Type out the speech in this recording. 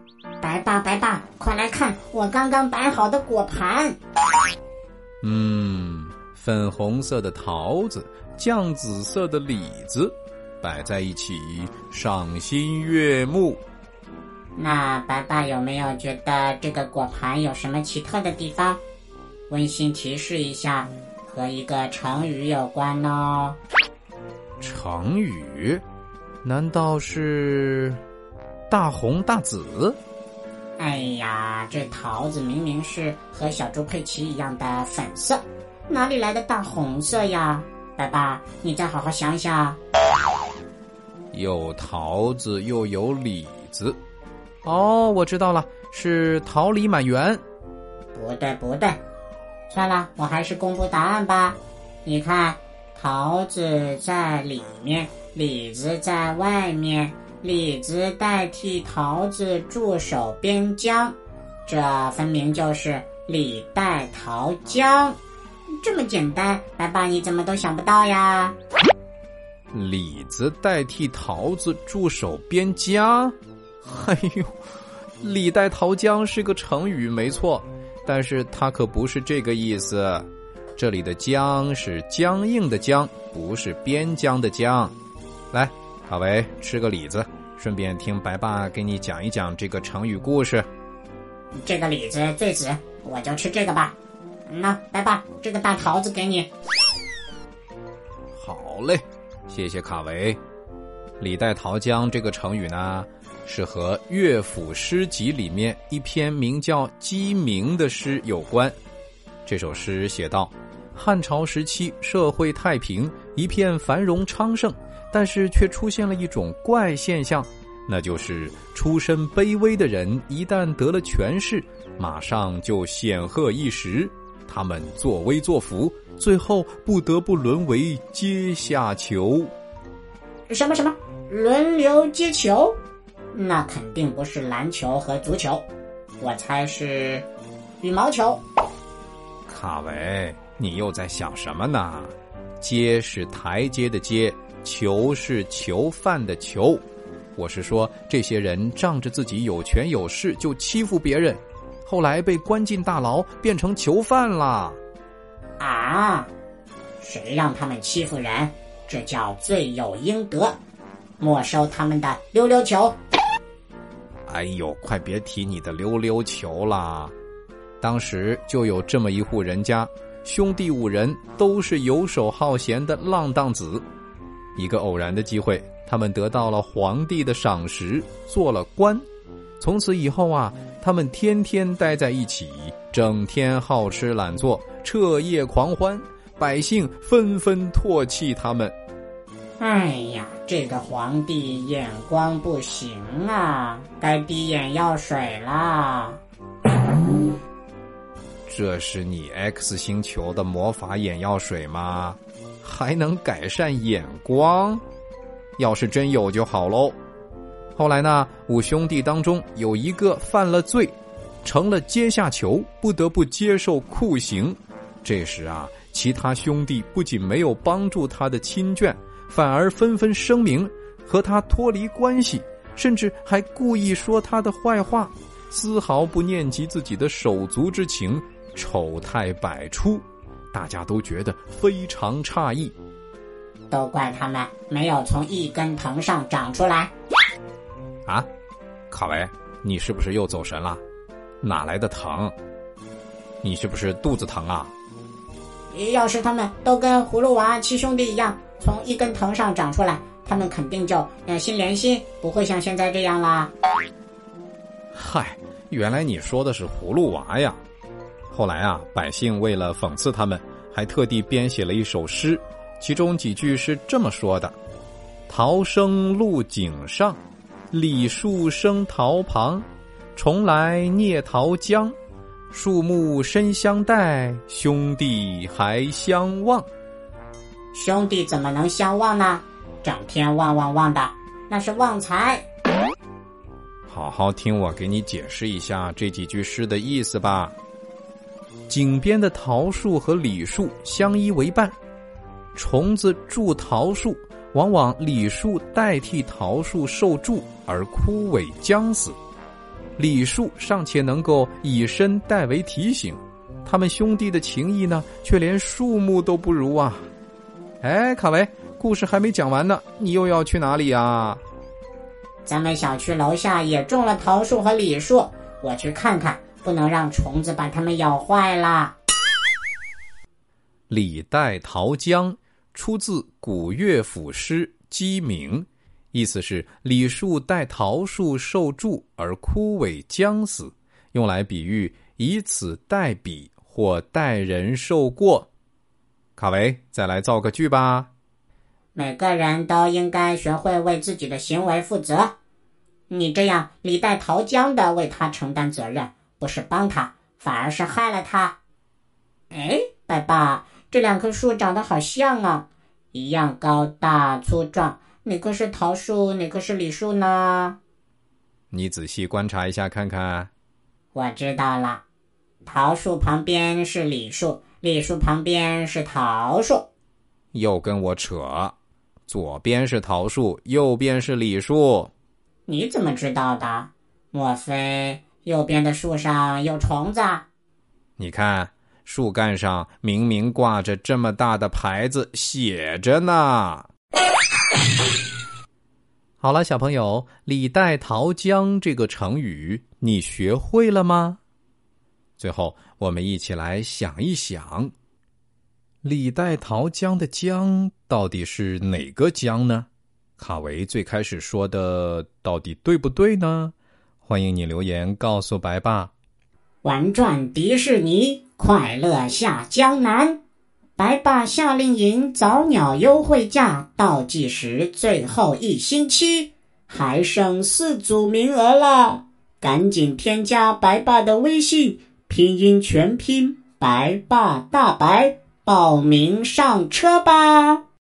白爸，白爸，快来看我刚刚摆好的果盘。 粉红色的桃子，酱紫色的李子，摆在一起，赏心悦目。 那白爸有没有觉得这个果盘有什么奇特的地方？温馨提示一下，和一个成语有关哦。 成语？难道是大红大紫？ 哎呀，这桃子明明是和小猪佩奇一样的粉色，哪里来的大红色呀？白爸，你再好好想想。 有桃子又有李子。哦，我知道了，是桃李满园。 不对不对，算了，我还是公布答案吧。你看，桃子在里面，李子在外面，李子代替桃子驻守边疆，这分明就是李代桃僵。这么简单，白爸你怎么都想不到呀？ 李子代替桃子驻守边疆？哎呦，李代桃僵是个成语没错，但是它可不是这个意思。这里的僵是僵硬的僵，不是边疆的疆。来，卡维吃个李子，顺便听白爸给你讲一讲这个成语故事。 这个李子最紫，我就吃这个吧。那白爸，这个大桃子给你。 好嘞，谢谢卡维。李代桃僵这个成语呢，是和乐府诗集里面一篇名叫《鸡鸣》的诗有关。这首诗写道，汉朝时期社会太平，一片繁荣昌盛，但是却出现了一种怪现象，那就是出身卑微的人一旦得了权势，马上就显赫一时，他们作威作福，最后不得不沦为阶下囚。 什么轮流接球？那肯定不是篮球和足球，我猜是羽毛球。 卡维，你又在想什么呢？阶是台阶的阶，囚是囚犯的囚。我是说，这些人仗着自己有权有势就欺负别人，后来被关进大牢，变成囚犯了。 啊，谁让他们欺负人？这叫罪有应得，没收他们的溜溜球。 哎呦，快别提你的溜溜球啦！当时就有这么一户人家，兄弟5人都是游手好闲的浪荡子。一个偶然的机会，他们得到了皇帝的赏识，做了官。从此以后啊，他们天天待在一起，整天好吃懒做，彻夜狂欢，百姓纷纷唾弃他们。 哎呀，这个皇帝眼光不行啊，该滴眼药水啦。 这是你 X 星球的魔法眼药水吗？还能改善眼光？要是真有就好喽。后来呢，5兄弟当中有一个犯了罪，成了阶下囚，不得不接受酷刑。这时啊，其他兄弟不仅没有帮助他的亲眷，反而纷纷声明和他脱离关系，甚至还故意说他的坏话，丝毫不念及自己的手足之情，丑态百出，大家都觉得非常诧异。 都怪他们没有从一根藤上长出来。 啊，卡维，你是不是又走神了？哪来的藤？你是不是肚子疼啊？ 要是他们都跟葫芦娃7兄弟一样从一根藤上长出来，他们肯定就心连心，不会像现在这样啦。 嗨，原来你说的是葫芦娃呀。后来啊，百姓为了讽刺他们，还特地编写了一首诗，其中几句是这么说的：桃生路井上，李树生桃旁，重来孽桃僵，树木深相待，兄弟还相望。 兄弟怎么能相望呢？整天旺旺旺的，那是旺财。 好好听我给你解释一下这几句诗的意思吧。井边的桃树和李树相依为伴，虫子蛀桃树，往往李树代替桃树受蛀而枯萎僵死。 李树尚且能够以身代为提醒，他们兄弟的情谊呢，却连树木都不如啊！哎，卡维，故事还没讲完呢，你又要去哪里啊？ 咱们小区楼下也种了桃树和李树，我去看看，不能让虫子把它们咬坏了。 李代桃僵出自古乐府诗《鸡鸣》，意思是李树待桃树受蛀而枯萎僵死，用来比喻以此代笔或代人受过。卡维，再来造个句吧。 每个人都应该学会为自己的行为负责。你这样李代桃僵的为他承担责任，不是帮他，反而是害了他。哎，白爸，这两棵树长得好像啊，一样高大粗壮，哪棵是桃树，哪棵是李树呢？ 你仔细观察一下看看。 我知道了，桃树旁边是李树，李树旁边是桃树。 又跟我扯，左边是桃树，右边是李树。 你怎么知道的？莫非右边的树上有虫子？ 你看，树干上明明挂着这么大的牌子，写着呢。好了，小朋友，李代桃僵这个成语你学会了吗？最后我们一起来想一想，李代桃僵的僵到底是哪个僵呢？卡维最开始说的到底对不对呢？欢迎你留言告诉白爸。 玩转迪士尼，快乐下江南。白爸夏令营早鸟优惠价倒计时最后1星期，还剩4组名额了，赶紧添加白爸的微信，拼音全拼白爸大白，报名上车吧。